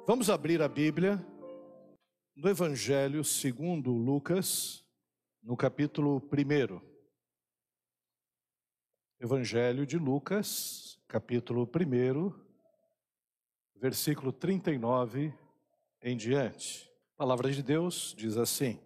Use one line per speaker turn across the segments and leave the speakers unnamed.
Vamos abrir a Bíblia no Evangelho segundo Lucas, no capítulo 1. Evangelho de Lucas, capítulo 1, versículo 39 em diante. A palavra de Deus diz assim: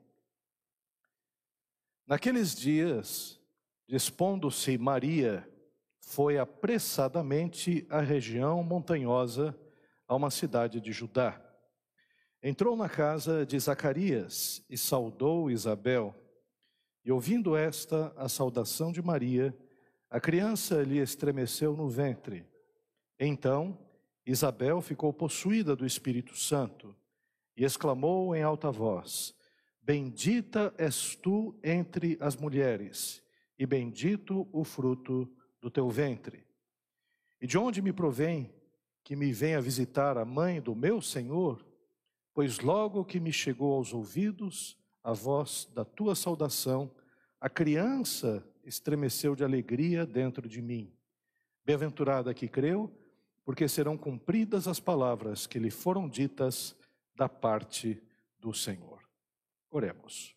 Naqueles dias, dispondo-se Maria, foi apressadamente à região montanhosa, a uma cidade de Judá. Entrou na casa de Zacarias e saudou Isabel. E ouvindo esta a saudação de Maria, a criança lhe estremeceu no ventre. Então, Isabel ficou possuída do Espírito Santo e exclamou em alta voz: Bendita és tu entre as mulheres, e bendito o fruto do teu ventre. E de onde me provém que me venha visitar a mãe do meu Senhor? Pois logo que me chegou aos ouvidos a voz da tua saudação, a criança estremeceu de alegria dentro de mim. Bem-aventurada que creu, porque serão cumpridas as palavras que lhe foram ditas da parte do Senhor. Oremos.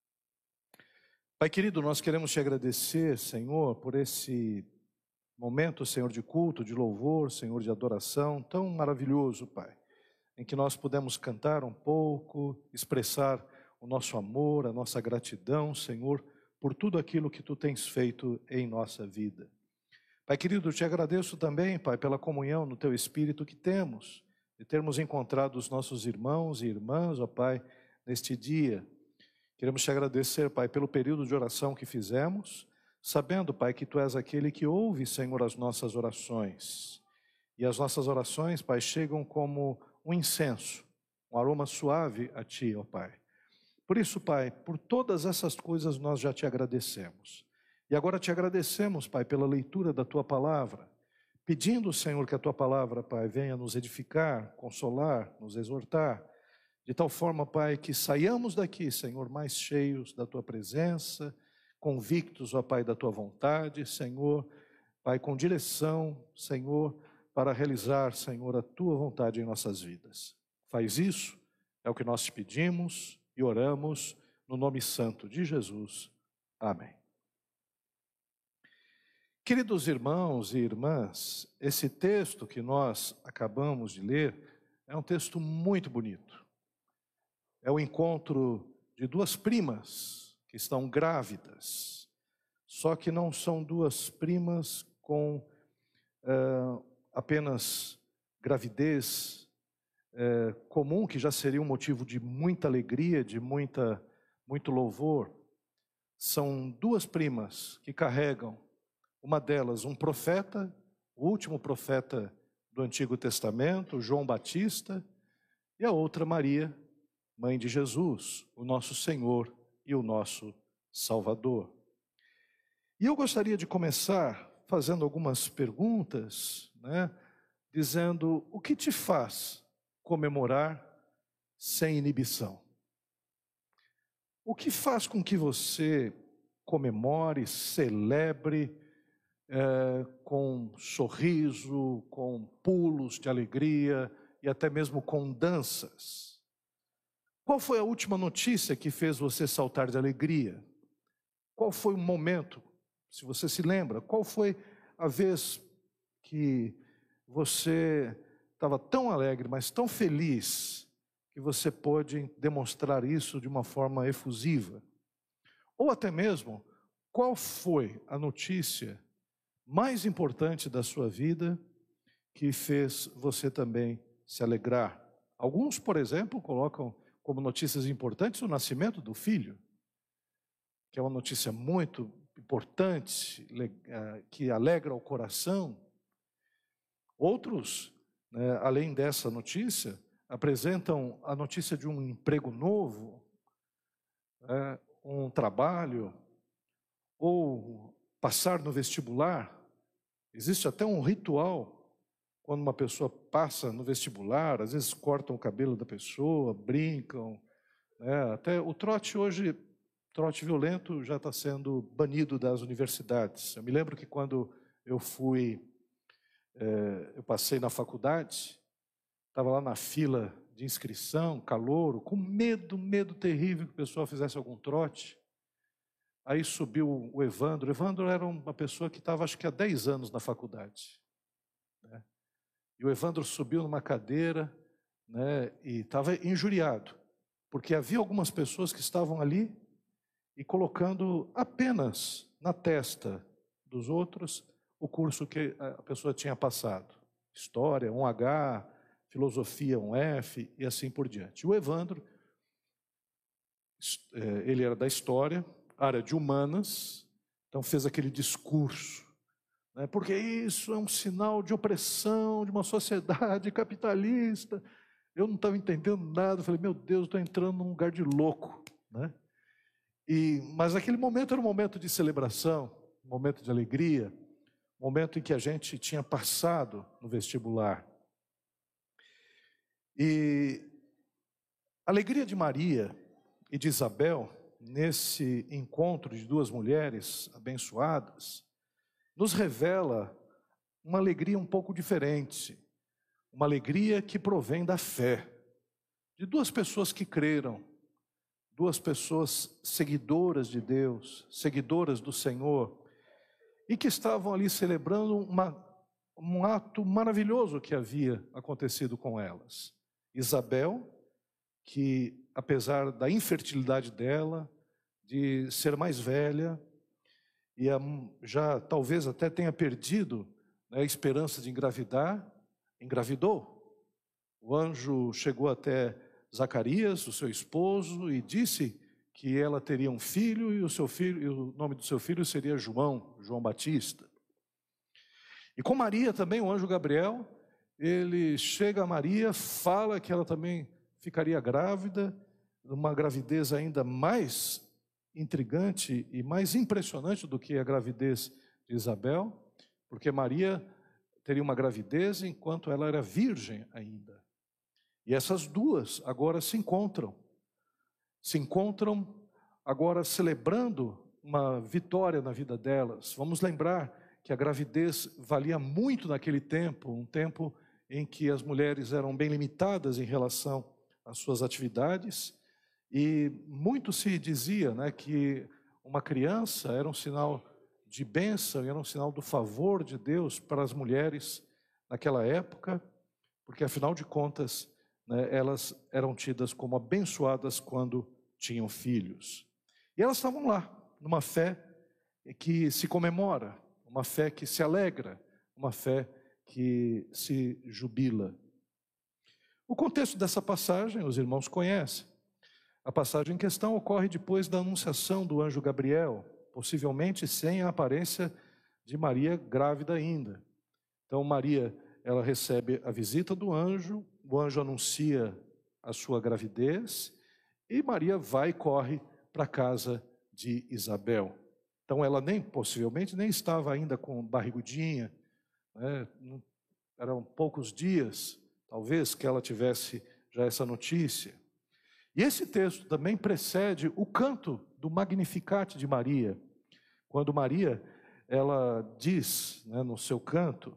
Pai querido, nós queremos te agradecer, Senhor, por esse momento, Senhor, de culto, de louvor, Senhor, de adoração, tão maravilhoso, Pai, em que nós pudemos cantar um pouco, expressar o nosso amor, a nossa gratidão, Senhor, por tudo aquilo que Tu tens feito em nossa vida. Pai querido, te agradeço também, Pai, pela comunhão no Teu Espírito que temos, de termos encontrado os nossos irmãos e irmãs, ó Pai, neste dia. Queremos te agradecer, Pai, pelo período de oração que fizemos, sabendo, Pai, que Tu és aquele que ouve, Senhor, as nossas orações. E as nossas orações, Pai, chegam como um incenso, um aroma suave a Ti, ó Pai. Por isso, Pai, por todas essas coisas nós já Te agradecemos. E agora Te agradecemos, Pai, pela leitura da Tua palavra, pedindo, Senhor, que a Tua palavra, Pai, venha nos edificar, consolar, nos exortar, de tal forma, Pai, que saiamos daqui, Senhor, mais cheios da Tua presença, convictos, ó Pai, da Tua vontade, Senhor, Pai, com direção, Senhor, para realizar, Senhor, a Tua vontade em nossas vidas. Faz isso, é o que nós Te pedimos e oramos no nome santo de Jesus. Amém. Queridos irmãos e irmãs, esse texto que nós acabamos de ler é um texto muito bonito. É o encontro de duas primas que estão grávidas, só que não são duas primas com apenas gravidez comum, que já seria um motivo de muita alegria, de muito louvor. São duas primas que carregam, uma delas um profeta, o último profeta do Antigo Testamento, João Batista, e a outra Maria, mãe de Jesus, o nosso Senhor e o nosso Salvador. E eu gostaria de começar fazendo algumas perguntas, dizendo: o que te faz comemorar sem inibição? O que faz com que você comemore, celebre com sorriso, com pulos de alegria e até mesmo com danças? Qual foi a última notícia que fez você saltar de alegria? Qual foi o momento, se você se lembra, qual foi a vez que você estava tão alegre, mas tão feliz, que você pôde demonstrar isso de uma forma efusiva? Ou até mesmo, qual foi a notícia mais importante da sua vida que fez você também se alegrar? Alguns, por exemplo, colocam como notícias importantes o nascimento do filho, que é uma notícia muito importante, que alegra o coração. Outros, além dessa notícia, apresentam a notícia de um emprego novo, um trabalho, ou passar no vestibular. Existe até um ritual, quando uma pessoa passa no vestibular, às vezes cortam o cabelo da pessoa, brincam, até o trote hoje, trote violento já está sendo banido das universidades. Eu me lembro que quando eu passei na faculdade, estava lá na fila de inscrição, calouro, com medo terrível que o pessoal fizesse algum trote. Aí subiu o Evandro. O Evandro era uma pessoa que estava, acho que há 10 anos na faculdade, né? E o Evandro subiu numa cadeira, né, e estava injuriado, porque havia algumas pessoas que estavam ali e colocando apenas na testa dos outros o curso que a pessoa tinha passado. História, 1H, filosofia, 1F e assim por diante. O Evandro, ele era da história, área de humanas, então fez aquele discurso, né, porque isso é um sinal de opressão de uma sociedade capitalista. Eu não estava entendendo nada, eu falei, meu Deus, estou entrando num lugar de louco, né? Mas aquele momento era um momento de celebração, um momento de alegria, um momento em que a gente tinha passado no vestibular. E a alegria de Maria e de Isabel, nesse encontro de duas mulheres abençoadas, nos revela uma alegria um pouco diferente, uma alegria que provém da fé, de duas pessoas que creram, duas pessoas seguidoras de Deus, seguidoras do Senhor, e que estavam ali celebrando um ato maravilhoso que havia acontecido com elas. Isabel, que apesar da infertilidade dela, de ser mais velha, e já talvez até tenha perdido, né, a esperança de engravidar, engravidou. O anjo chegou até Zacarias, o seu esposo, e disse que ela teria um filho, e o nome do seu filho seria João Batista. E com Maria também, o anjo Gabriel, ele chega a Maria, fala que ela também ficaria grávida, uma gravidez ainda mais intrigante e mais impressionante do que a gravidez de Isabel, porque Maria teria uma gravidez enquanto ela era virgem ainda. E essas duas agora se encontram agora celebrando uma vitória na vida delas. Vamos lembrar que a gravidez valia muito naquele tempo, um tempo em que as mulheres eram bem limitadas em relação às suas atividades, e muito se dizia, né, que uma criança era um sinal de bênção, era um sinal do favor de Deus para as mulheres naquela época, porque afinal de contas, né, elas eram tidas como abençoadas quando tinham filhos. E elas estavam lá, numa fé que se comemora, uma fé que se alegra, uma fé que se jubila. O contexto dessa passagem, os irmãos conhecem. A passagem em questão ocorre depois da anunciação do anjo Gabriel, possivelmente sem a aparência de Maria grávida ainda. Então Maria, ela recebe a visita do anjo, o anjo anuncia a sua gravidez, e Maria vai e corre para a casa de Isabel. Então ela possivelmente nem estava ainda com barrigudinha, né? Eram poucos dias, talvez, que ela tivesse já essa notícia. E esse texto também precede o canto do Magnificat de Maria, quando Maria, ela diz, né, no seu canto,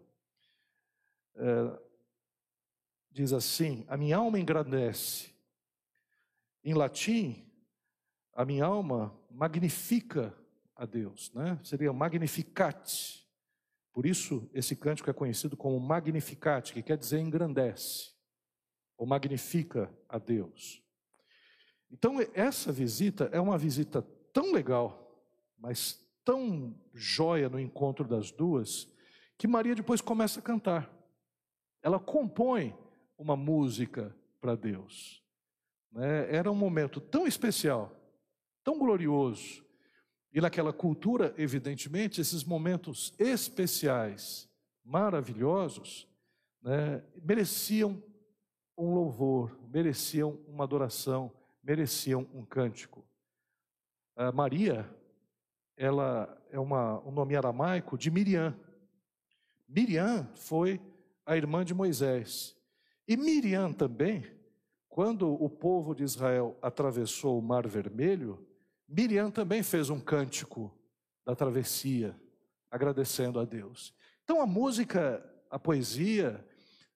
diz assim: a minha alma engrandece. Em latim, a minha alma magnifica a Deus, né? Seria Magnificat. Por isso, esse cântico é conhecido como Magnificat, que quer dizer engrandece, ou magnifica a Deus. Então, essa visita é uma visita tão legal, mas tão jóia no encontro das duas, que Maria depois começa a cantar. Ela compõe uma música para Deus, né? Era um momento tão especial, tão glorioso, e naquela cultura, evidentemente, esses momentos especiais, maravilhosos, né, mereciam um louvor, mereciam uma adoração, mereciam um cântico. Maria, ela é um nome aramaico de Miriam. Miriam foi a irmã de Moisés. E Miriam também, quando o povo de Israel atravessou o Mar Vermelho, Miriam também fez um cântico da travessia, agradecendo a Deus. Então a música, a poesia,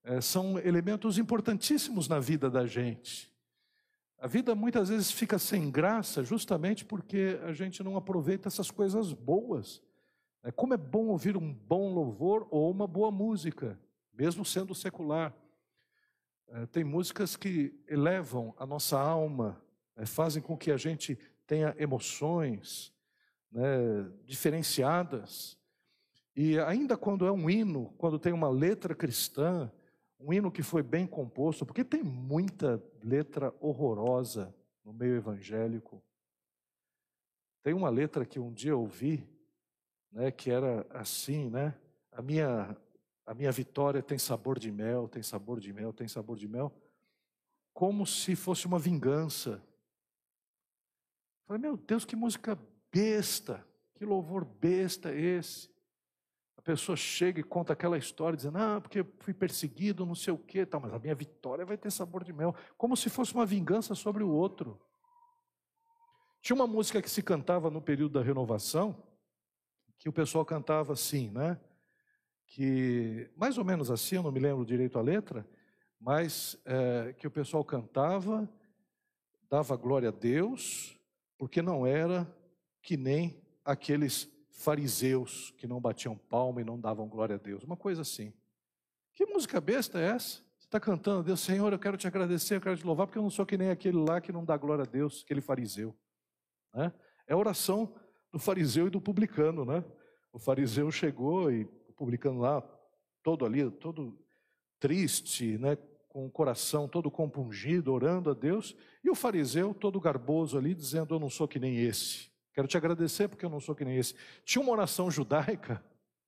são elementos importantíssimos na vida da gente. A vida muitas vezes fica sem graça justamente porque a gente não aproveita essas coisas boas. Como é bom ouvir um bom louvor ou uma boa música, mesmo sendo secular. Tem músicas que elevam a nossa alma, fazem com que a gente tenha emoções, né, diferenciadas. E ainda quando é um hino, quando tem uma letra cristã, um hino que foi bem composto, porque tem muita letra horrorosa no meio evangélico. Tem uma letra que um dia eu ouvi, né, que era assim, né? A minha vitória tem sabor de mel, tem sabor de mel, tem sabor de mel, como se fosse uma vingança. Falei, meu Deus, que música besta, que louvor besta é esse? A pessoa chega e conta aquela história, dizendo, porque eu fui perseguido, não sei o quê, tá, mas a minha vitória vai ter sabor de mel, como se fosse uma vingança sobre o outro. Tinha uma música que se cantava no período da renovação, que o pessoal cantava assim, né? Que, mais ou menos assim, eu não me lembro direito a letra, mas que o pessoal cantava, dava glória a Deus, porque não era que nem aqueles fariseus que não batiam palma e não davam glória a Deus, uma coisa assim. Que música besta é essa? Você está cantando a Deus, Senhor, eu quero te agradecer, eu quero te louvar, porque eu não sou que nem aquele lá que não dá glória a Deus, aquele fariseu. Né? É a oração do fariseu e do publicano, né? O fariseu chegou e o publicano lá, todo ali, todo triste, né? Com o coração todo compungido, orando a Deus, e o fariseu todo garboso ali, dizendo, eu não sou que nem esse. Quero te agradecer porque eu não sou que nem esse. Tinha uma oração judaica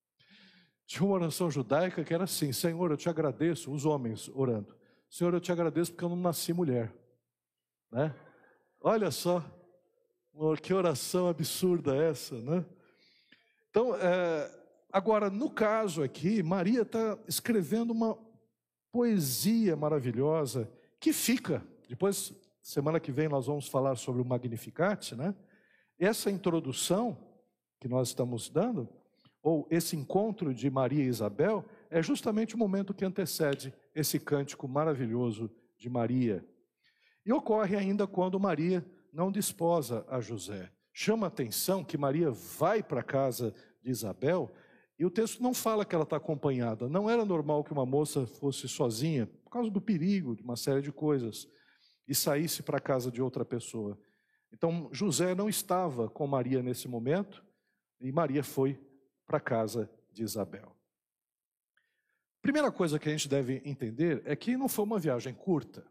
que era assim, Senhor, eu te agradeço, os homens orando, Senhor, eu te agradeço porque eu não nasci mulher. Né? Olha só, que oração absurda essa, né? Então, agora, no caso aqui, Maria está escrevendo uma poesia maravilhosa que fica. Depois, semana que vem, nós vamos falar sobre o Magnificat, né? Essa introdução que nós estamos dando, ou esse encontro de Maria e Isabel, é justamente o momento que antecede esse cântico maravilhoso de Maria. E ocorre ainda quando Maria não desposa a José. Chama a atenção que Maria vai para a casa de Isabel, e o texto não fala que ela está acompanhada. Não era normal que uma moça fosse sozinha, por causa do perigo, de uma série de coisas, e saísse para a casa de outra pessoa. Então, José não estava com Maria nesse momento, e Maria foi para a casa de Isabel. Primeira coisa que a gente deve entender é que não foi uma viagem curta,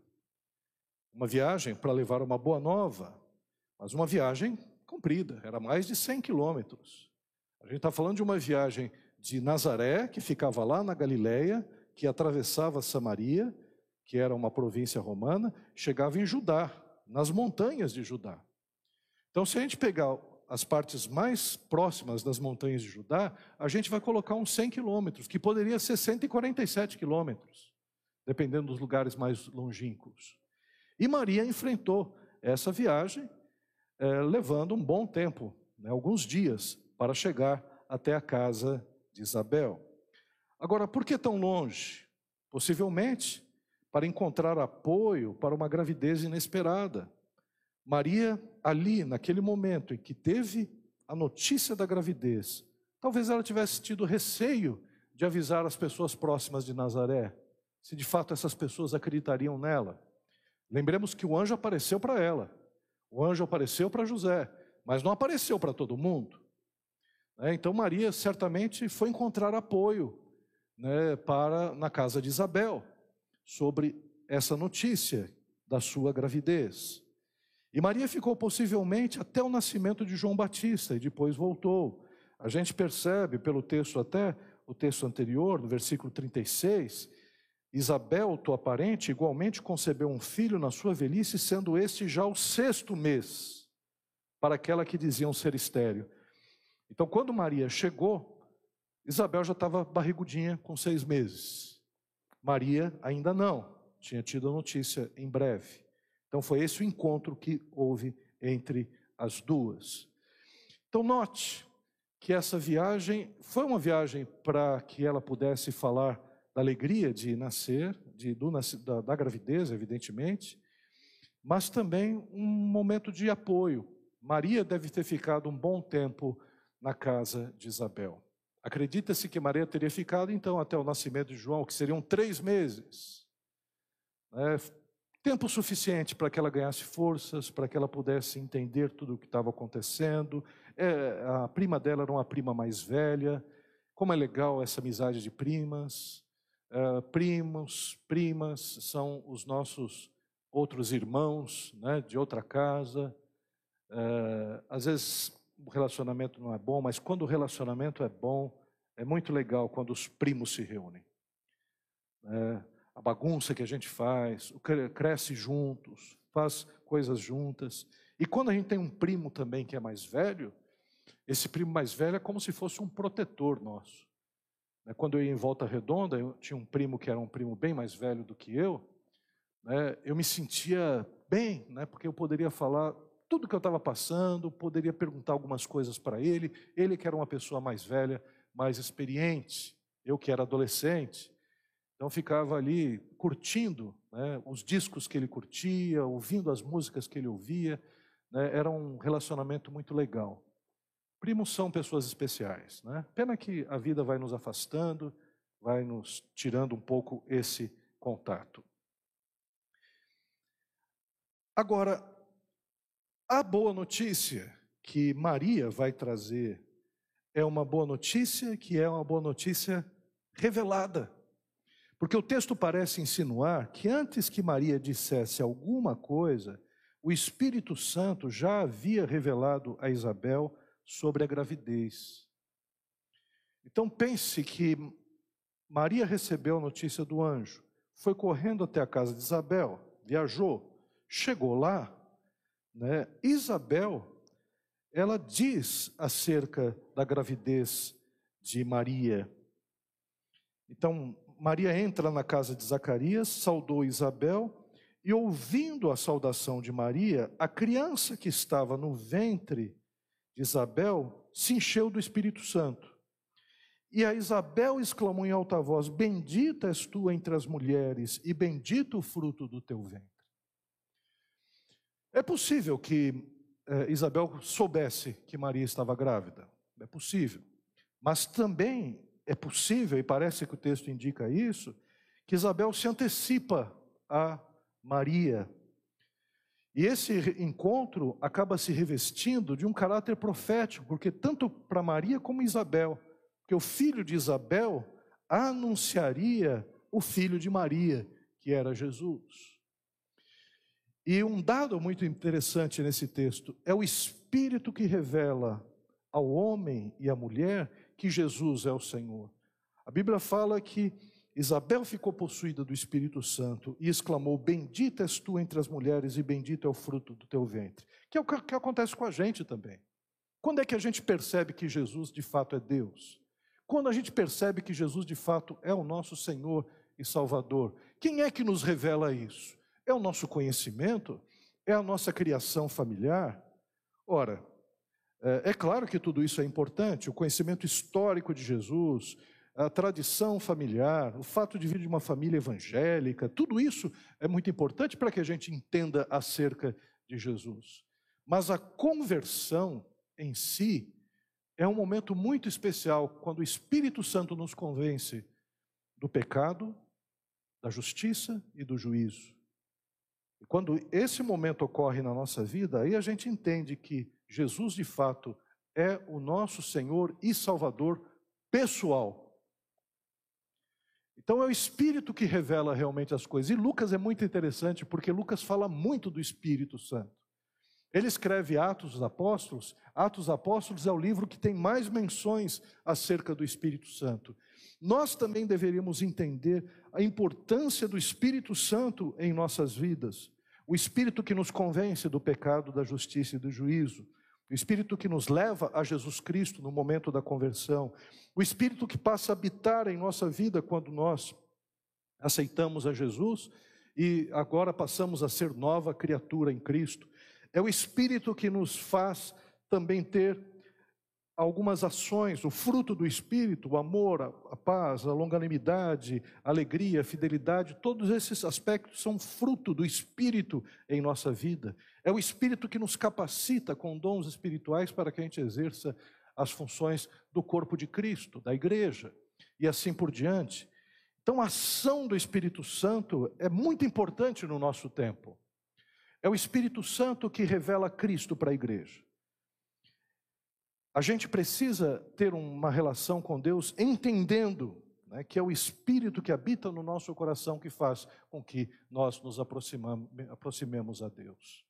uma viagem para levar uma boa nova, mas uma viagem comprida, era mais de 100 quilômetros. A gente está falando de uma viagem de Nazaré, que ficava lá na Galileia, que atravessava Samaria, que era uma província romana, chegava em Judá, nas montanhas de Judá. Então, se a gente pegar as partes mais próximas das montanhas de Judá, a gente vai colocar uns 100 quilômetros, que poderia ser 147 quilômetros, dependendo dos lugares mais longínquos. E Maria enfrentou essa viagem, levando um bom tempo, né, alguns dias, para chegar até a casa de Isabel. Agora, por que tão longe? Possivelmente para encontrar apoio para uma gravidez inesperada. Maria, ali, naquele momento em que teve a notícia da gravidez, talvez ela tivesse tido receio de avisar as pessoas próximas de Nazaré, se de fato essas pessoas acreditariam nela. Lembremos que o anjo apareceu para ela, o anjo apareceu para José, mas não apareceu para todo mundo. Então Maria certamente foi encontrar apoio, né, na casa de Isabel, sobre essa notícia da sua gravidez. E Maria ficou possivelmente até o nascimento de João Batista e depois voltou. A gente percebe pelo texto, até o texto anterior, no versículo 36, Isabel, tua parente, igualmente concebeu um filho na sua velhice, sendo este já o 6º mês, para aquela que diziam ser estéril. Então, quando Maria chegou, Isabel já estava barrigudinha com 6 meses. Maria ainda não, tinha tido a notícia em breve. Então foi esse o encontro que houve entre as duas. Então note que essa viagem foi uma viagem para que ela pudesse falar da alegria de nascer, da gravidez, evidentemente, mas também um momento de apoio. Maria deve ter ficado um bom tempo na casa de Isabel. Acredita-se que Maria teria ficado, então, até o nascimento de João, que seriam 3 meses. Tempo suficiente para que ela ganhasse forças, para que ela pudesse entender tudo o que estava acontecendo. A prima dela era uma prima mais velha. Como é legal essa amizade de primas. Primos, primas, são os nossos outros irmãos, né, de outra casa. Às vezes o relacionamento não é bom, mas quando o relacionamento é bom, é muito legal quando os primos se reúnem. A bagunça que a gente faz, cresce juntos, faz coisas juntas. E quando a gente tem um primo também que é mais velho, esse primo mais velho é como se fosse um protetor nosso. Quando eu ia em Volta Redonda, eu tinha um primo que era um primo bem mais velho do que eu me sentia bem, porque eu poderia falar tudo que eu estava passando, poderia perguntar algumas coisas para ele que era uma pessoa mais velha, mais experiente, eu que era adolescente. Então ficava ali curtindo os discos que ele curtia, ouvindo as músicas que ele ouvia. Era um relacionamento muito legal. Primos são pessoas especiais. Pena que a vida vai nos afastando, vai nos tirando um pouco esse contato. Agora, a boa notícia que Maria vai trazer é uma boa notícia que é uma boa notícia revelada. Porque o texto parece insinuar que antes que Maria dissesse alguma coisa, o Espírito Santo já havia revelado a Isabel sobre a gravidez. Então pense que Maria recebeu a notícia do anjo, foi correndo até a casa de Isabel, viajou, chegou lá, Isabel, ela diz acerca da gravidez de Maria. Então, Maria entra na casa de Zacarias, saudou Isabel, e ouvindo a saudação de Maria, a criança que estava no ventre de Isabel se encheu do Espírito Santo. E a Isabel exclamou em alta voz: bendita és tu entre as mulheres, e bendito o fruto do teu ventre. É possível que Isabel soubesse que Maria estava grávida. É possível. Mas também é possível, e parece que o texto indica isso, que Isabel se antecipa a Maria. E esse encontro acaba se revestindo de um caráter profético, porque tanto para Maria como Isabel, que o filho de Isabel anunciaria o filho de Maria, que era Jesus. E um dado muito interessante nesse texto é o Espírito que revela ao homem e à mulher que Jesus é o Senhor. A Bíblia fala que Isabel ficou possuída do Espírito Santo e exclamou: bendita és tu entre as mulheres e bendito é o fruto do teu ventre. Que é o que acontece com a gente também. Quando é que a gente percebe que Jesus de fato é Deus? Quando a gente percebe que Jesus de fato é o nosso Senhor e Salvador. Quem é que nos revela isso? É o nosso conhecimento? É a nossa criação familiar? Ora, é claro que tudo isso é importante, o conhecimento histórico de Jesus, a tradição familiar, o fato de vir de uma família evangélica, tudo isso é muito importante para que a gente entenda acerca de Jesus. Mas a conversão em si é um momento muito especial, quando o Espírito Santo nos convence do pecado, da justiça e do juízo. E quando esse momento ocorre na nossa vida, aí a gente entende que Jesus de fato é o nosso Senhor e Salvador pessoal. Então é o Espírito que revela realmente as coisas. E Lucas é muito interessante, porque Lucas fala muito do Espírito Santo. Ele escreve Atos dos Apóstolos. Atos dos Apóstolos é o livro que tem mais menções acerca do Espírito Santo. Nós também deveríamos entender a importância do Espírito Santo em nossas vidas. O Espírito que nos convence do pecado, da justiça e do juízo. O Espírito que nos leva a Jesus Cristo no momento da conversão. O Espírito que passa a habitar em nossa vida quando nós aceitamos a Jesus e agora passamos a ser nova criatura em Cristo. É o Espírito que nos faz também ter algumas ações, o fruto do Espírito, o amor, a paz, a longanimidade, a alegria, a fidelidade, todos esses aspectos são fruto do Espírito em nossa vida. É o Espírito que nos capacita com dons espirituais para que a gente exerça as funções do corpo de Cristo, da igreja, e assim por diante. Então a ação do Espírito Santo é muito importante no nosso tempo. É o Espírito Santo que revela Cristo para a igreja. A gente precisa ter uma relação com Deus entendendo, né, que é o Espírito que habita no nosso coração que faz com que nós nos aproximemos a Deus.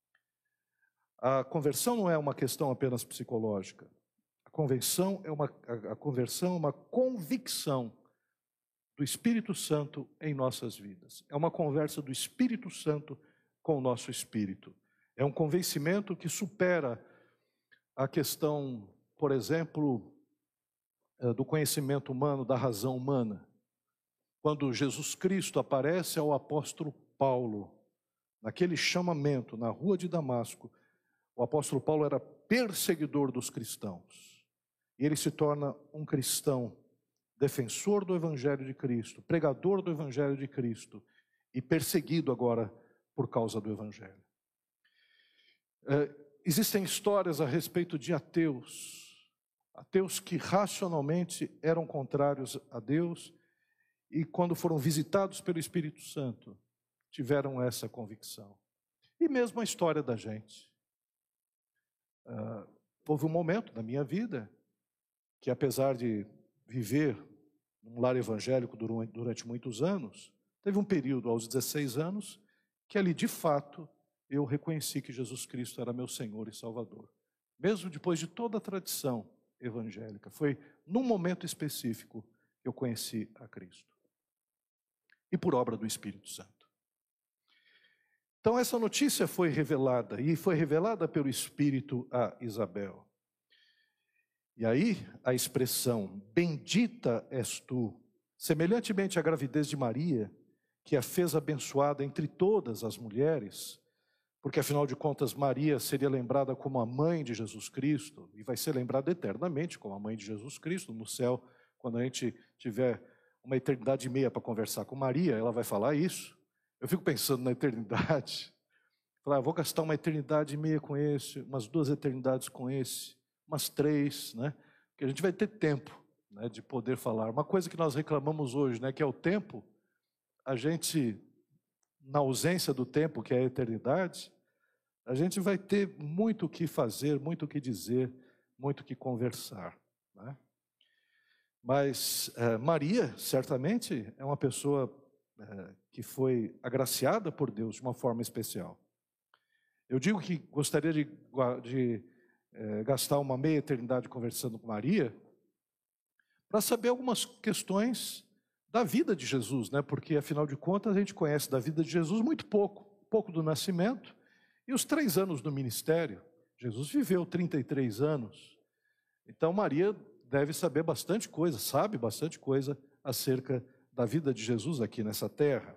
A conversão não é uma questão apenas psicológica. A conversão é uma convicção do Espírito Santo em nossas vidas. É uma conversa do Espírito Santo com o nosso espírito. É um convencimento que supera a questão, por exemplo, do conhecimento humano, da razão humana. Quando Jesus Cristo aparece ao apóstolo Paulo, naquele chamamento na rua de Damasco, o apóstolo Paulo era perseguidor dos cristãos. E ele se torna um cristão, defensor do Evangelho de Cristo, pregador do Evangelho de Cristo e perseguido agora por causa do Evangelho. Existem histórias a respeito de ateus que racionalmente eram contrários a Deus e quando foram visitados pelo Espírito Santo, tiveram essa convicção. E mesmo a história da gente. Houve um momento na minha vida que, apesar de viver num lar evangélico durante muitos anos, teve um período aos 16 anos que ali de fato eu reconheci que Jesus Cristo era meu Senhor e Salvador. Mesmo depois de toda a tradição evangélica, foi num momento específico que eu conheci a Cristo. E por obra do Espírito Santo. Então essa notícia foi revelada, e foi revelada pelo Espírito a Isabel. E aí a expressão, bendita és tu, semelhantemente à gravidez de Maria, que a fez abençoada entre todas as mulheres, porque afinal de contas Maria seria lembrada como a mãe de Jesus Cristo, e vai ser lembrada eternamente como a mãe de Jesus Cristo no céu, quando a gente tiver uma eternidade e meia para conversar com Maria, ela vai falar isso. Eu fico pensando na eternidade, vou gastar uma eternidade e meia com esse, umas 2 eternidades com esse, umas 3, né? Porque a gente vai ter tempo, né, de poder falar. Uma coisa que nós reclamamos hoje, né, que é o tempo, a gente, na ausência do tempo, que é a eternidade, a gente vai ter muito o que fazer, muito o que dizer, muito o que conversar, né? Mas Maria, certamente, é uma pessoa que foi agraciada por Deus de uma forma especial. Eu digo que gostaria de gastar uma meia eternidade conversando com Maria, para saber algumas questões da vida de Jesus, né? Porque afinal de contas a gente conhece da vida de Jesus muito pouco do nascimento e os 3 anos do ministério. Jesus viveu 33 anos, então Maria deve saber bastante coisa, sabe bastante coisa acerca da vida de Jesus aqui nessa terra.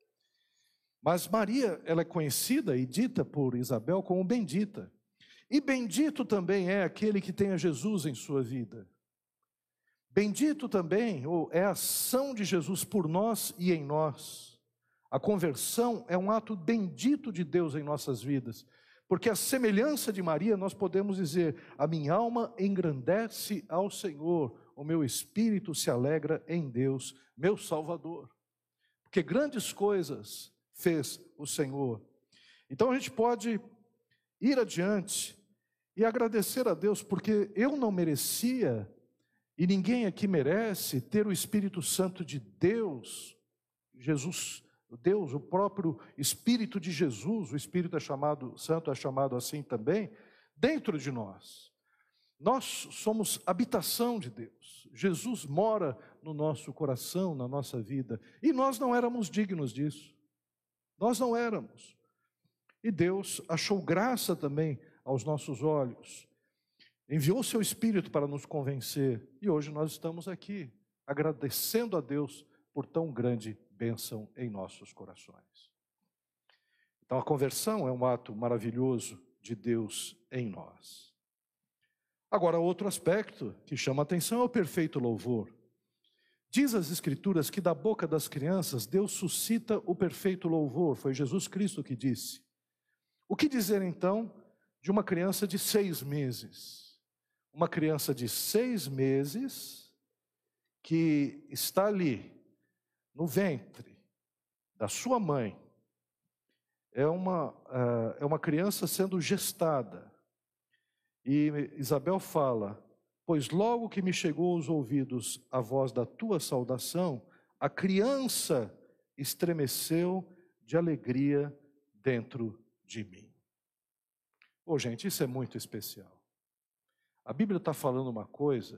Mas Maria, ela é conhecida e dita por Isabel como bendita. E bendito também é aquele que tenha Jesus em sua vida. Bendito também é a ação de Jesus por nós e em nós. A conversão é um ato bendito de Deus em nossas vidas. Porque a semelhança de Maria, nós podemos dizer, a minha alma engrandece ao Senhor, o meu espírito se alegra em Deus, meu Salvador. Porque grandes coisas fez o Senhor. Então a gente pode ir adiante e agradecer a Deus, porque eu não merecia, e ninguém aqui merece, ter o Espírito Santo de Deus, Jesus, Deus, o próprio Espírito de Jesus, o Espírito Santo é chamado assim também, dentro de nós. Nós somos habitação de Deus. Jesus mora no nosso coração, na nossa vida, e nós não éramos dignos disso. Nós não éramos. E Deus achou graça também aos nossos olhos. Enviou seu Espírito para nos convencer. E hoje nós estamos aqui, agradecendo a Deus por tão grande bênção em nossos corações. Então a conversão é um ato maravilhoso de Deus em nós. Agora, outro aspecto que chama a atenção é o perfeito louvor. Diz as Escrituras que da boca das crianças Deus suscita o perfeito louvor. Foi Jesus Cristo que disse. O que dizer então de uma criança de 6 meses? Uma criança de 6 meses que está ali no ventre da sua mãe. É uma criança sendo gestada. E Isabel fala: pois logo que me chegou aos ouvidos a voz da tua saudação, a criança estremeceu de alegria dentro de mim. Ô, gente, isso é muito especial. A Bíblia está falando uma coisa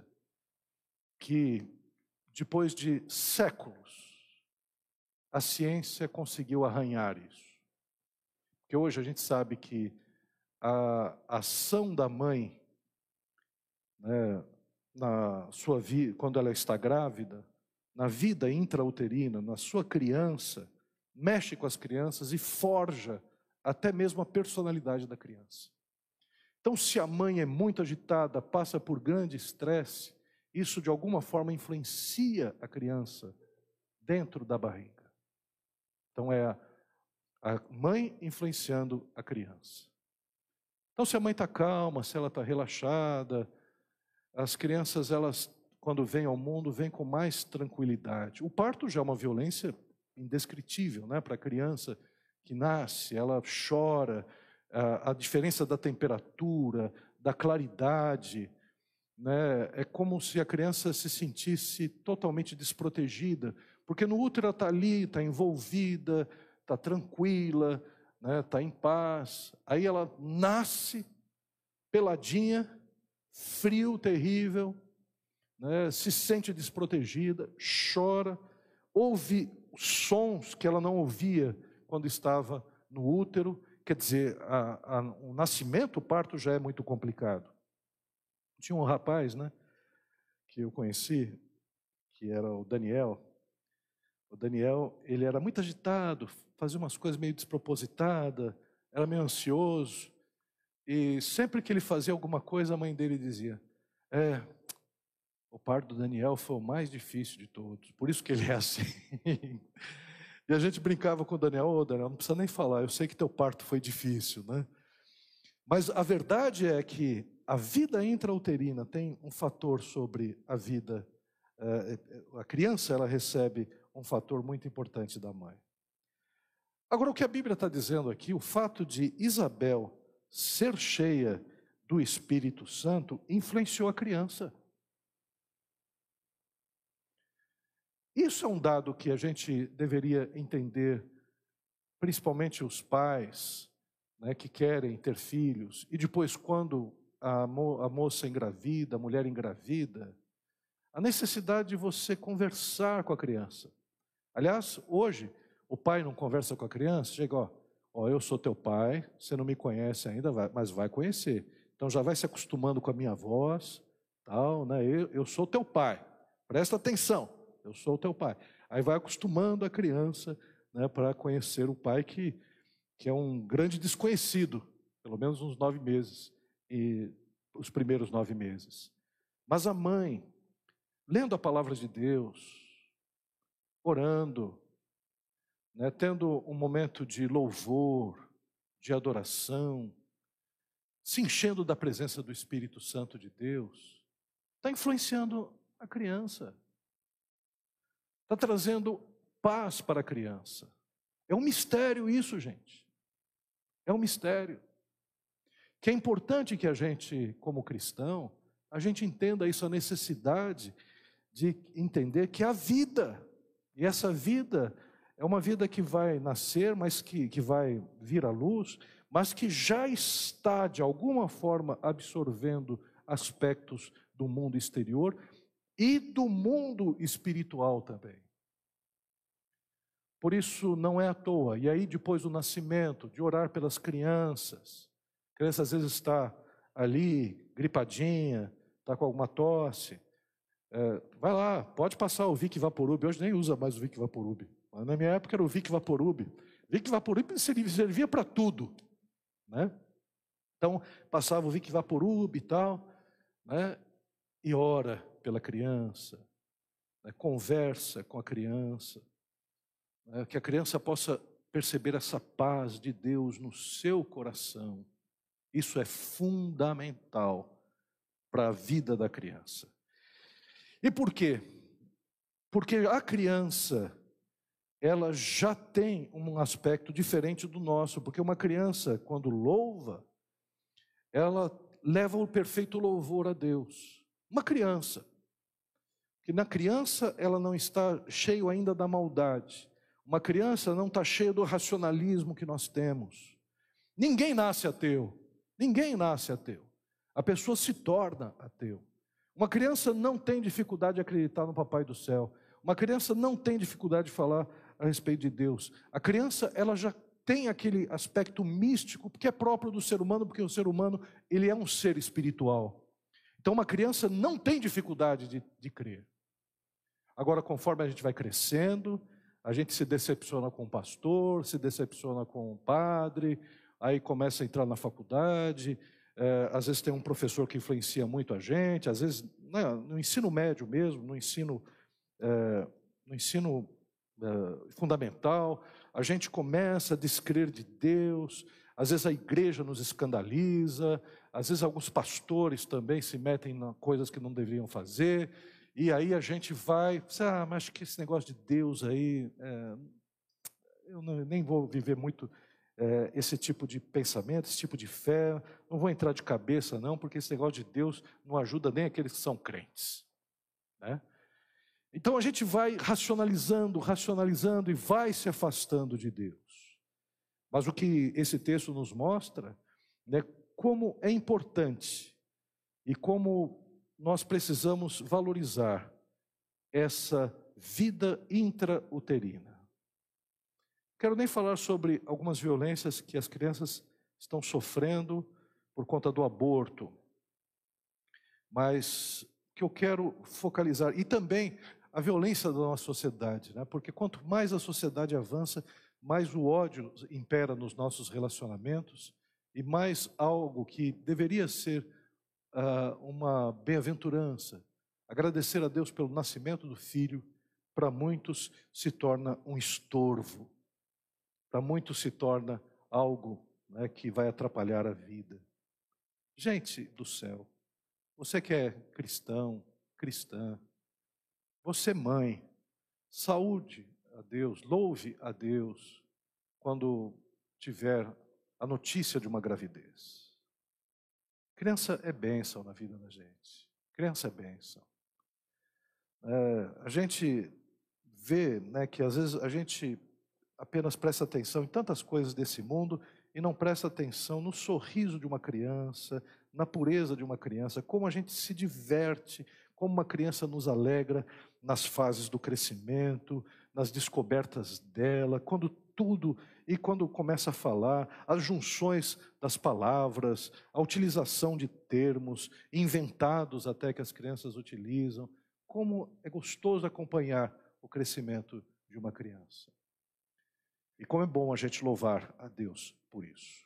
que, depois de séculos, a ciência conseguiu arranhar isso. Porque hoje a gente sabe que a ação da mãe, né, na sua vida, quando ela está grávida, na vida intrauterina, na sua criança, mexe com as crianças e forja até mesmo a personalidade da criança. Então, se a mãe é muito agitada, passa por grande estresse, isso de alguma forma influencia a criança dentro da barriga. Então, é a mãe influenciando a criança. Então, se a mãe está calma, se ela está relaxada, as crianças, elas, quando vêm ao mundo, vêm com mais tranquilidade. O parto já é uma violência indescritível, né, para a criança que nasce, ela chora, a diferença da temperatura, da claridade, né, é como se a criança se sentisse totalmente desprotegida, porque no útero ela está ali, está envolvida, está tranquila, né, está em paz. Aí ela nasce peladinha, frio terrível, né, se sente desprotegida, chora, ouve sons que ela não ouvia quando estava no útero. Quer dizer, o nascimento, o parto já é muito complicado. Tinha um rapaz, né, que eu conheci, que era o Daniel. O Daniel, ele era muito agitado, fazia umas coisas meio despropositadas, era meio ansioso. E sempre que ele fazia alguma coisa, a mãe dele dizia: o parto do Daniel foi o mais difícil de todos, por isso que ele é assim. E a gente brincava com o Daniel: ô Daniel, não precisa nem falar, eu sei que teu parto foi difícil, né? Mas a verdade é que a vida intrauterina tem um fator sobre a vida. A criança, ela recebe um fator muito importante da mãe. Agora, o que a Bíblia está dizendo aqui, o fato de Isabel ser cheia do Espírito Santo, influenciou a criança. Isso é um dado que a gente deveria entender, principalmente os pais, né, que querem ter filhos, e depois quando a moça engravida, a mulher engravida, a necessidade de você conversar com a criança. Aliás, hoje, o pai não conversa com a criança, chega, ó, eu sou teu pai, você não me conhece ainda, mas vai conhecer. Então já vai se acostumando com a minha voz, tal, né? Eu sou teu pai, presta atenção, eu sou o teu pai. Aí vai acostumando a criança, né, para conhecer o pai que é um grande desconhecido, pelo menos uns 9 meses, e os primeiros 9 meses. Mas a mãe, lendo a palavra de Deus, orando, né, tendo um momento de louvor, de adoração, se enchendo da presença do Espírito Santo de Deus, está influenciando a criança, está trazendo paz para a criança. É um mistério isso, gente. É um mistério. Que é importante que a gente, como cristão, a gente entenda isso, a necessidade de entender que a vida, e essa vida é uma vida que vai nascer, mas que vai vir à luz, mas que já está, de alguma forma, absorvendo aspectos do mundo exterior e do mundo espiritual também. Por isso, não é à toa. E aí, depois do nascimento, de orar pelas crianças. A criança, às vezes, está ali, gripadinha, está com alguma tosse. Vai lá, pode passar o Vic Vaporub. Hoje nem usa mais o Vic Vaporub. Mas na minha época era o Vic Vaporub. Vic Vaporub servia para tudo, né? Então, passava o Vic Vaporub e tal, né? E ora pela criança, né? Conversa com a criança, né? Que a criança possa perceber essa paz de Deus no seu coração. Isso é fundamental para a vida da criança. E por quê? Porque a criança, ela já tem um aspecto diferente do nosso, porque uma criança, quando louva, ela leva o perfeito louvor a Deus. Uma criança, que na criança ela não está cheio ainda da maldade. Uma criança não está cheia do racionalismo que nós temos. Ninguém nasce ateu. Ninguém nasce ateu. A pessoa se torna ateu. Uma criança não tem dificuldade de acreditar no Papai do Céu. Uma criança não tem dificuldade de falar a respeito de Deus. A criança, ela já tem aquele aspecto místico que é próprio do ser humano, porque o ser humano, ele é um ser espiritual. Então uma criança não tem dificuldade de crer. Agora, conforme a gente vai crescendo, a gente se decepciona com o pastor, se decepciona com o padre, aí começa a entrar na faculdade, às vezes tem um professor que influencia muito a gente, às vezes no ensino médio mesmo, no ensino fundamental, a gente começa a descrer de Deus, às vezes a igreja nos escandaliza, às vezes alguns pastores também se metem em coisas que não deveriam fazer, e aí a gente vai, mas acho que esse negócio de Deus aí, eu nem vou viver muito esse tipo de pensamento, esse tipo de fé, não vou entrar de cabeça não, porque esse negócio de Deus não ajuda nem aqueles que são crentes, né? Então a gente vai racionalizando e vai se afastando de Deus. Mas o que esse texto nos mostra, né, como é importante e como nós precisamos valorizar essa vida intrauterina. Quero nem falar sobre algumas violências que as crianças estão sofrendo por conta do aborto, mas que eu quero focalizar, e também a violência da nossa sociedade, né? Porque quanto mais a sociedade avança, mais o ódio impera nos nossos relacionamentos, e mais algo que deveria ser uma bem-aventurança, agradecer a Deus pelo nascimento do filho, para muitos se torna um estorvo, para muitos se torna algo, né, que vai atrapalhar a vida. Gente do céu, você que é cristão, cristã, você mãe, saúde a Deus, louve a Deus quando tiver a notícia de uma gravidez. Criança é bênção na vida da gente. Criança é bênção. A gente vê, né, que às vezes a gente apenas presta atenção em tantas coisas desse mundo e não presta atenção no sorriso de uma criança, na pureza de uma criança, como a gente se diverte, como uma criança nos alegra nas fases do crescimento, nas descobertas dela, quando começa a falar, as junções das palavras, a utilização de termos inventados até que as crianças utilizam, como é gostoso acompanhar o crescimento de uma criança. E como é bom a gente louvar a Deus por isso.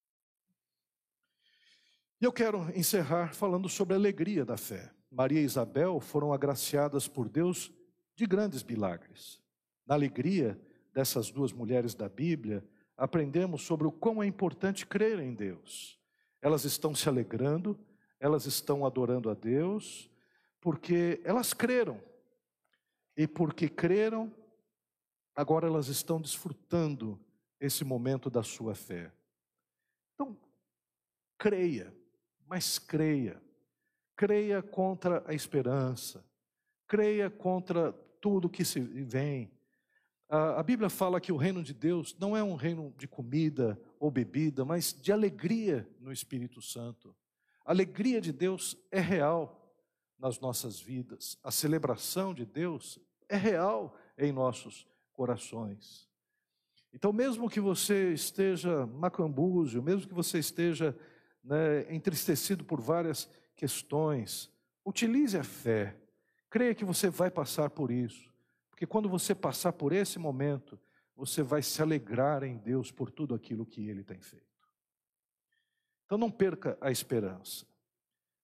E eu quero encerrar falando sobre a alegria da fé. Maria e Isabel foram agraciadas por Deus de grandes milagres. Na alegria dessas duas mulheres da Bíblia, aprendemos sobre o quão é importante crer em Deus. Elas estão se alegrando, elas estão adorando a Deus, porque elas creram. E porque creram, agora elas estão desfrutando esse momento da sua fé. Então, creia, mas creia. Creia contra a esperança. Creia contra tudo que se vem. A Bíblia fala que o reino de Deus não é um reino de comida ou bebida, mas de alegria no Espírito Santo. A alegria de Deus é real nas nossas vidas. A celebração de Deus é real em nossos corações. Então, mesmo que você esteja macambúzio, mesmo que você esteja, né, entristecido por várias questões, utilize a fé. Creia que você vai passar por isso. Porque quando você passar por esse momento, você vai se alegrar em Deus por tudo aquilo que Ele tem feito. Então não perca a esperança.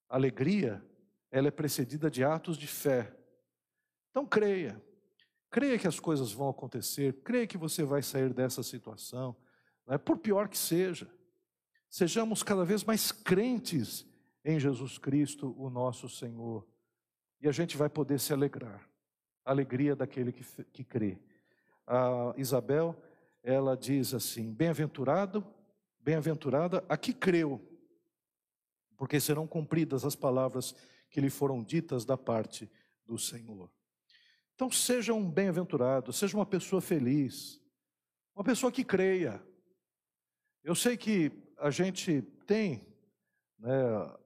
A alegria, ela é precedida de atos de fé. Então creia. Creia que as coisas vão acontecer. Creia que você vai sair dessa situação. Não é? Por pior que seja. Sejamos cada vez mais crentes em Jesus Cristo, o nosso Senhor. E a gente vai poder se alegrar. A alegria daquele que crê. A Isabel, ela diz assim: bem-aventurada a que creu, porque serão cumpridas as palavras que lhe foram ditas da parte do Senhor. Então seja um bem-aventurado, seja uma pessoa feliz, uma pessoa que creia. Eu sei que a gente tem, né,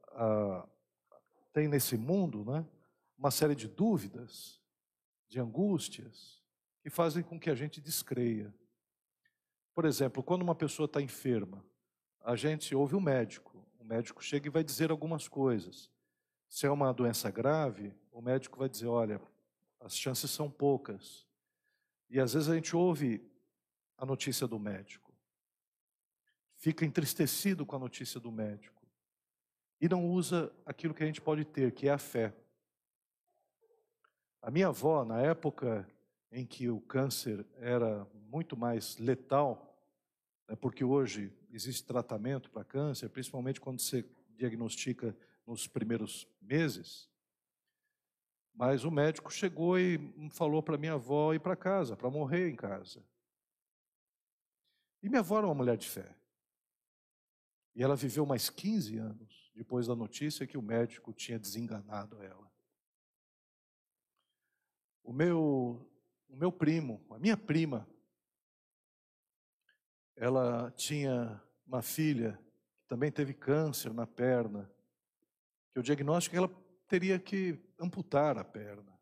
tem nesse mundo, né, uma série de dúvidas, de angústias, que fazem com que a gente descreia. Por exemplo, quando uma pessoa está enferma, a gente ouve o médico chega e vai dizer algumas coisas. Se é uma doença grave, o médico vai dizer: olha, as chances são poucas. E às vezes a gente ouve a notícia do médico, fica entristecido com a notícia do médico, e não usa aquilo que a gente pode ter, que é a fé. A minha avó, na época em que o câncer era muito mais letal, porque hoje existe tratamento para câncer, principalmente quando você diagnostica nos primeiros meses, mas o médico chegou e falou para minha avó ir para casa, para morrer em casa. E minha avó era uma mulher de fé. E ela viveu mais 15 anos depois da notícia que o médico tinha desenganado ela. O meu primo, a minha prima, ela tinha uma filha que também teve câncer na perna, que o diagnóstico ela teria que amputar a perna.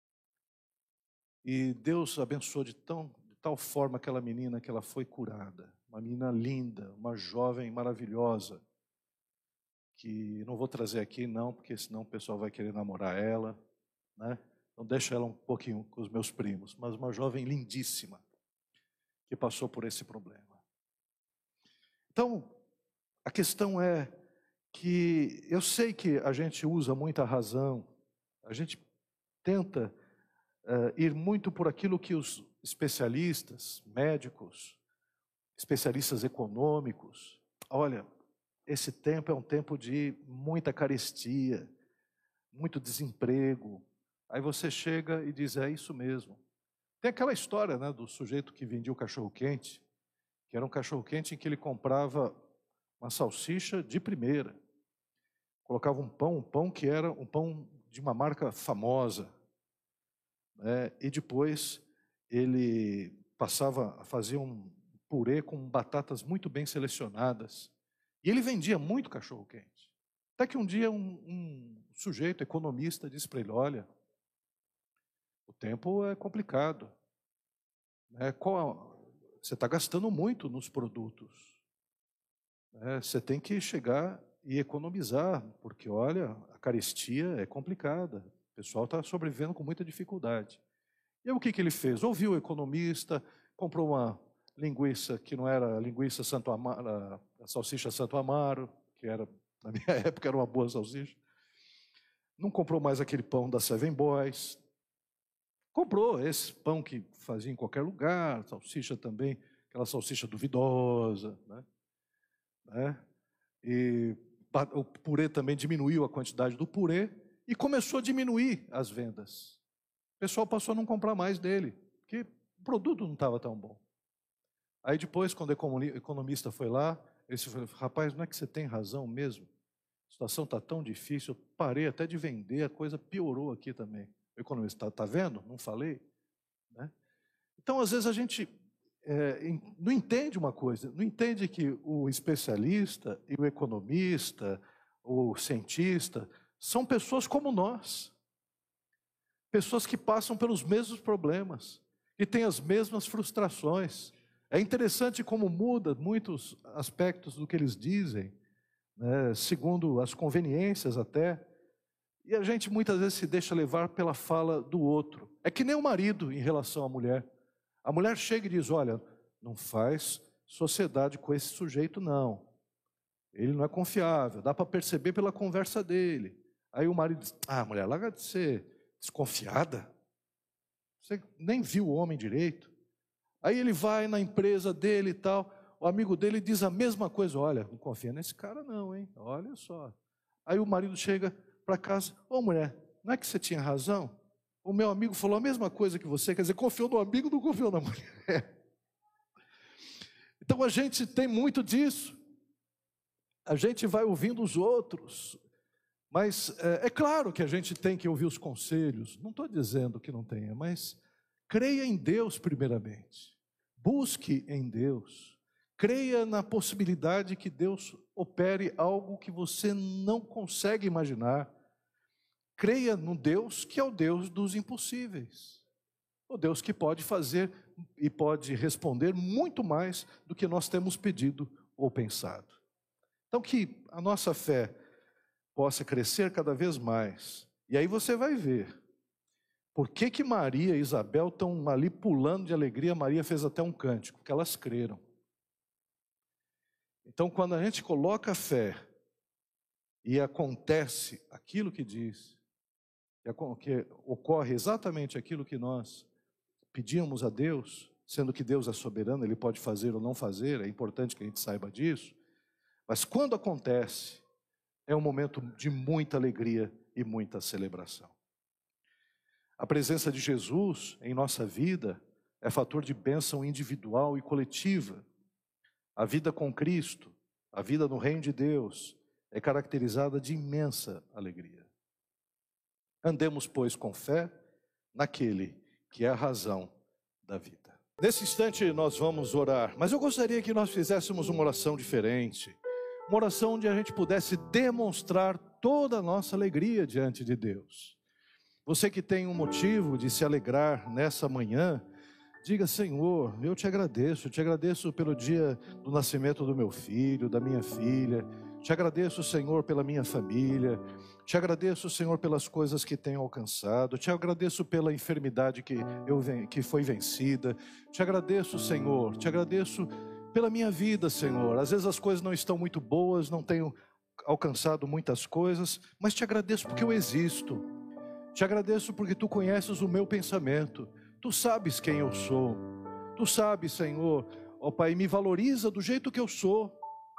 E Deus abençoou de tal forma aquela menina que ela foi curada. Uma menina linda, uma jovem maravilhosa, que não vou trazer aqui não, porque senão o pessoal vai querer namorar ela, né? Então deixa ela um pouquinho com os meus primos, mas uma jovem lindíssima, que passou por esse problema. Então, a questão é que eu sei que a gente usa muita razão, a gente tenta ir muito por aquilo que os especialistas, médicos, especialistas econômicos, olha, esse tempo é um tempo de muita carestia, muito desemprego. Aí você chega e diz: é isso mesmo. Tem aquela história, né, do sujeito que vendia o cachorro-quente, que era um cachorro-quente em que ele comprava uma salsicha de primeira, colocava um pão que era um pão de uma marca famosa, né, e depois ele fazia um purê com batatas muito bem selecionadas, e ele vendia muito cachorro-quente. Até que um dia um sujeito economista disse para ele: olha, o tempo é complicado, né? Você está gastando muito nos produtos, né? Você tem que chegar e economizar, porque olha, a carestia é complicada, o pessoal está sobrevivendo com muita dificuldade. E o que ele fez? Ouviu o economista, comprou uma linguiça que não era a linguiça Santo Amaro, a salsicha Santo Amaro, que era, na minha época era uma boa salsicha. Não comprou mais aquele pão da Seven Boys. Comprou esse pão que fazia em qualquer lugar, salsicha também, aquela salsicha duvidosa, né? E o purê também diminuiu a quantidade do purê e começou a diminuir as vendas. O pessoal passou a não comprar mais dele, porque o produto não estava tão bom. Aí depois, quando o economista foi lá, ele falou: rapaz, não é que você tem razão mesmo? A situação está tão difícil, eu parei até de vender, a coisa piorou aqui também. O economista, está vendo? Não falei? Né? Então, às vezes a gente não entende uma coisa, não entende que o especialista e o economista, o cientista, são pessoas como nós. Pessoas que passam pelos mesmos problemas, que têm as mesmas frustrações. É interessante como muda muitos aspectos do que eles dizem, né, segundo as conveniências até, e a gente muitas vezes se deixa levar pela fala do outro. É que nem o marido em relação à mulher. A mulher chega e diz: olha, não faz sociedade com esse sujeito não. Ele não é confiável, dá para perceber pela conversa dele. Aí o marido diz, mulher, larga de ser desconfiada. Você nem viu o homem direito. Aí ele vai na empresa dele e tal, o amigo dele diz a mesma coisa, olha, não confia nesse cara não, hein? Olha só. Aí o marido chega para casa, mulher, não é que você tinha razão? O meu amigo falou a mesma coisa que você, quer dizer, confiou no amigo, não confiou na mulher. Então a gente tem muito disso. A gente vai ouvindo os outros, mas é claro que a gente tem que ouvir os conselhos, não estou dizendo que não tenha, mas creia em Deus primeiramente, busque em Deus, creia na possibilidade que Deus opere algo que você não consegue imaginar, creia no Deus que é o Deus dos impossíveis, o Deus que pode fazer e pode responder muito mais do que nós temos pedido ou pensado. Então que a nossa fé possa crescer cada vez mais. E aí você vai ver por que Maria e Isabel estão ali pulando de alegria. Maria fez até um cântico, porque elas creram. Então quando a gente coloca a fé e acontece aquilo que diz, que ocorre exatamente aquilo que nós pedíamos a Deus, sendo que Deus é soberano, Ele pode fazer ou não fazer, é importante que a gente saiba disso. Mas quando acontece, é um momento de muita alegria e muita celebração. A presença de Jesus em nossa vida é fator de bênção individual e coletiva. A vida com Cristo, a vida no reino de Deus, é caracterizada de imensa alegria. Andemos, pois, com fé naquele que é a razão da vida. Nesse instante nós vamos orar, mas eu gostaria que nós fizéssemos uma oração diferente. Uma oração onde a gente pudesse demonstrar toda a nossa alegria diante de Deus. Você que tem um motivo de se alegrar nessa manhã, diga, Senhor, eu te agradeço pelo dia do nascimento do meu filho, da minha filha, te agradeço, Senhor, pela minha família, te agradeço, Senhor, pelas coisas que tenho alcançado, te agradeço pela enfermidade que foi vencida, te agradeço, Senhor, te agradeço pela minha vida, Senhor. Às vezes as coisas não estão muito boas, não tenho alcançado muitas coisas, mas te agradeço porque eu existo. Te agradeço porque tu conheces o meu pensamento. Tu sabes quem eu sou. Tu sabes, Senhor, ó Pai, me valoriza do jeito que eu sou.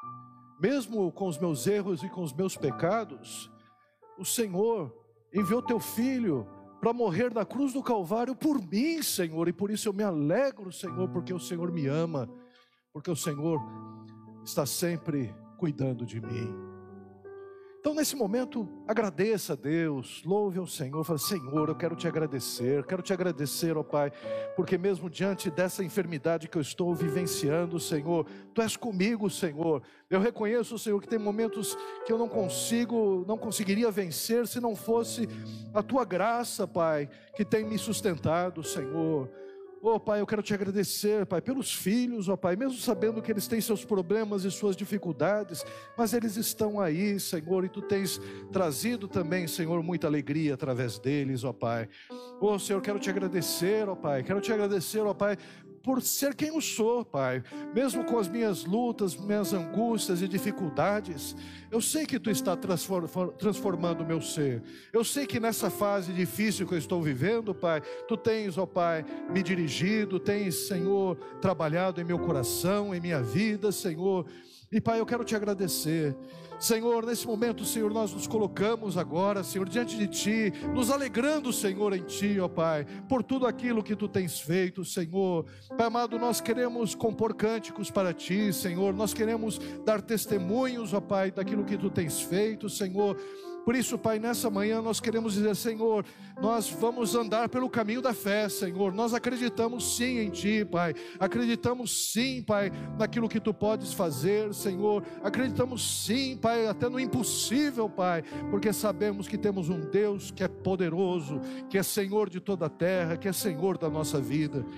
Mesmo com os meus erros e com os meus pecados, o Senhor enviou teu Filho para morrer na cruz do Calvário por mim, Senhor. E por isso eu me alegro, Senhor, porque o Senhor me ama. Porque o Senhor está sempre cuidando de mim. Então nesse momento agradeça a Deus, louve ao Senhor, fala, Senhor, eu quero te agradecer, ó Pai, porque mesmo diante dessa enfermidade que eu estou vivenciando, Senhor, Tu és comigo, Senhor. Eu reconheço, Senhor, que tem momentos que eu não conseguiria vencer se não fosse a Tua graça, Pai, que tem me sustentado, Senhor. Oh Pai, eu quero te agradecer, Pai, pelos filhos, ó Pai, mesmo sabendo que eles têm seus problemas e suas dificuldades, mas eles estão aí, Senhor, e Tu tens trazido também, Senhor, muita alegria através deles, ó Pai. Oh Senhor, quero te agradecer, ó Pai, por ser quem eu sou, Pai, mesmo com as minhas lutas, minhas angústias e dificuldades, eu sei que Tu está transformando o meu ser, eu sei que nessa fase difícil que eu estou vivendo, Pai, Tu tens, ó Pai, me dirigido, tens, Senhor, trabalhado em meu coração, em minha vida, Senhor, e Pai, eu quero te agradecer, Senhor, nesse momento, Senhor, nós nos colocamos agora, Senhor, diante de Ti, nos alegrando, Senhor, em Ti, ó Pai, por tudo aquilo que Tu tens feito, Senhor. Pai amado, nós queremos compor cânticos para Ti, Senhor, nós queremos dar testemunhos, ó Pai, daquilo que Tu tens feito, Senhor. Por isso, Pai, nessa manhã nós queremos dizer, Senhor, nós vamos andar pelo caminho da fé, Senhor. Nós acreditamos sim em Ti, Pai. Acreditamos sim, Pai, naquilo que Tu podes fazer, Senhor. Acreditamos sim, Pai, até no impossível, Pai, porque sabemos que temos um Deus que é poderoso, que é Senhor de toda a terra, que é Senhor da nossa vida.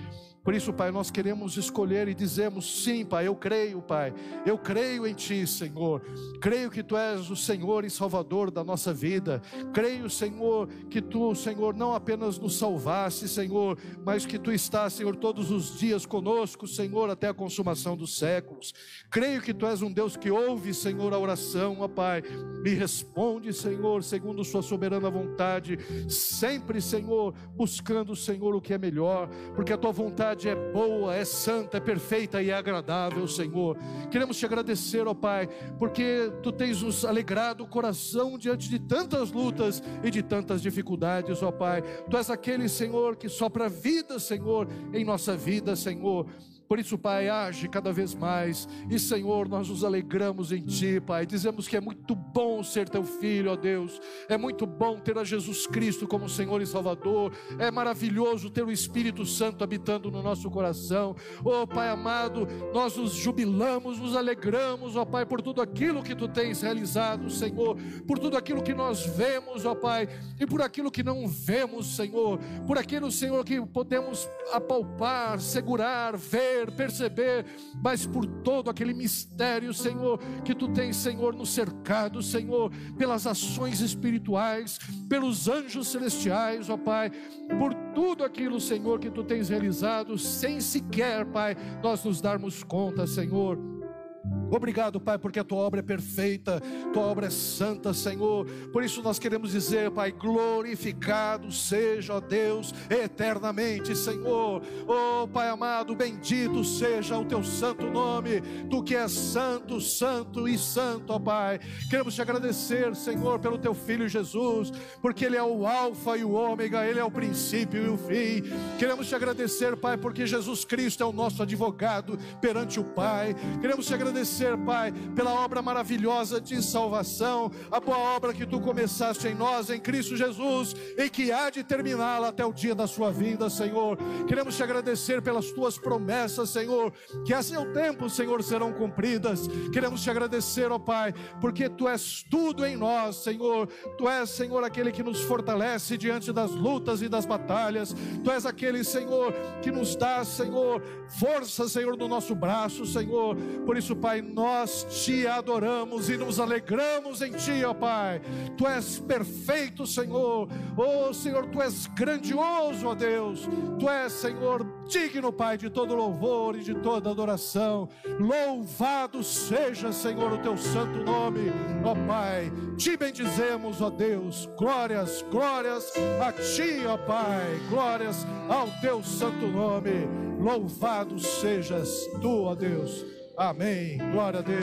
Por isso, Pai, nós queremos escolher e dizemos: sim, Pai, eu creio, Pai, eu creio em Ti, Senhor. Creio que Tu és o Senhor e Salvador da nossa vida. Creio, Senhor, que Tu, Senhor, não apenas nos salvaste, Senhor, mas que Tu estás, Senhor, todos os dias conosco, Senhor, até a consumação dos séculos. Creio que Tu és um Deus que ouve, Senhor, a oração, ó Pai, me responde, Senhor, segundo Sua soberana vontade, sempre, Senhor, buscando, Senhor, o que é melhor, porque a Tua vontade é boa, é santa, é perfeita e é agradável, Senhor. Queremos Te agradecer, ó Pai, porque Tu tens nos alegrado o coração diante de tantas lutas e de tantas dificuldades, ó Pai. Tu és aquele, Senhor, que sopra vida, Senhor, em nossa vida, Senhor. Por isso, Pai, age cada vez mais. E, Senhor, nós nos alegramos em Ti, Pai. Dizemos que é muito bom ser Teu Filho, ó Deus. É muito bom ter a Jesus Cristo como Senhor e Salvador. É maravilhoso ter o Espírito Santo habitando no nosso coração. Oh, Pai amado, nós nos jubilamos, nos alegramos, ó Pai, por tudo aquilo que Tu tens realizado, Senhor. Por tudo aquilo que nós vemos, ó Pai, e por aquilo que não vemos, Senhor. Por aquilo, Senhor, que podemos apalpar, segurar, ver, perceber, mas por todo aquele mistério, Senhor, que Tu tens, Senhor, nos cercado, Senhor, pelas ações espirituais, pelos anjos celestiais, ó Pai, por tudo aquilo, Senhor, que Tu tens realizado, sem sequer, Pai, nós nos darmos conta, Senhor. Obrigado, Pai, porque a Tua obra é perfeita, Tua obra é santa, Senhor. Por isso nós queremos dizer, Pai, glorificado seja, ó Deus, eternamente, Senhor. Oh, Pai amado, bendito seja o Teu santo nome, Tu que és santo, santo e santo, ó Pai. Queremos Te agradecer, Senhor, pelo Teu Filho Jesus, porque Ele é o alfa e o ômega, Ele é o princípio e o fim. Queremos Te agradecer, Pai, porque Jesus Cristo é o nosso advogado perante o Pai. Queremos Te agradecer, Pai, pela obra maravilhosa de salvação, a boa obra que Tu começaste em nós, em Cristo Jesus, e que há de terminá-la até o dia da Sua vinda, Senhor. Queremos Te agradecer pelas Tuas promessas, Senhor, que a seu tempo, Senhor, serão cumpridas. Queremos Te agradecer, ó Pai, porque Tu és tudo em nós, Senhor. Tu és, Senhor, aquele que nos fortalece diante das lutas e das batalhas. Tu és aquele, Senhor, que nos dá, Senhor, força, Senhor, no nosso braço, Senhor. Por isso, Pai, nós Te adoramos e nos alegramos em Ti, ó Pai. Tu és perfeito, Senhor. Oh, Senhor, Tu és grandioso, ó Deus. Tu és, Senhor, digno, Pai, de todo louvor e de toda adoração. Louvado seja, Senhor, o Teu santo nome, ó Pai. Te bendizemos, ó Deus. Glórias, glórias a Ti, ó Pai. Glórias ao Teu santo nome. Louvado sejas Tu, ó Deus. Amém, glória a Deus.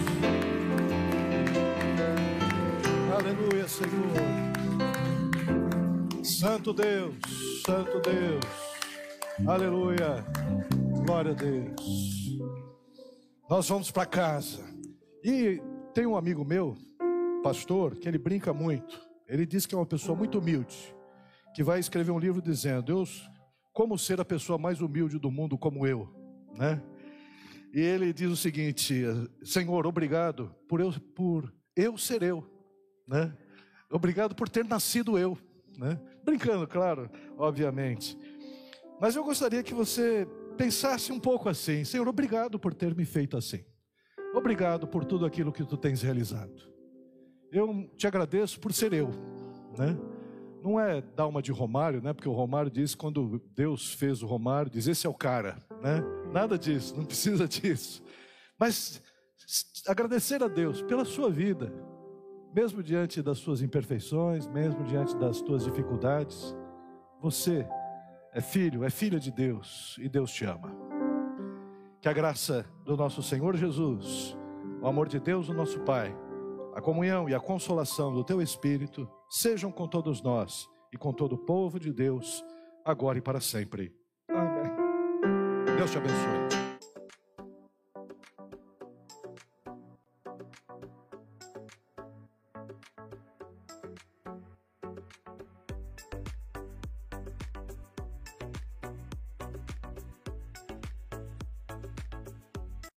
Aleluia, Senhor. Santo Deus, Santo Deus. Aleluia, glória a Deus. Nós vamos para casa. E tem um amigo meu, pastor, que ele brinca muito. Ele diz que é uma pessoa muito humilde, que vai escrever um livro dizendo: Deus, como ser a pessoa mais humilde do mundo como eu, né? E ele diz o seguinte: Senhor, obrigado por eu ser eu, né? Obrigado por ter nascido eu, né? Brincando, claro, obviamente. Mas eu gostaria que você pensasse um pouco assim: Senhor, obrigado por ter me feito assim. Obrigado por tudo aquilo que Tu tens realizado. Eu Te agradeço por ser eu, né? Não é dar uma de Romário, né? Porque o Romário diz, quando Deus fez o Romário, diz: esse é o cara, né? Nada disso, não precisa disso. Mas agradecer a Deus pela sua vida, mesmo diante das suas imperfeições, mesmo diante das tuas dificuldades. Você é filho, é filha de Deus, e Deus te ama. Que a graça do nosso Senhor Jesus, o amor de Deus, o nosso Pai, a comunhão e a consolação do Teu Espírito sejam com todos nós e com todo o povo de Deus, agora e para sempre. Amém. Deus te abençoe.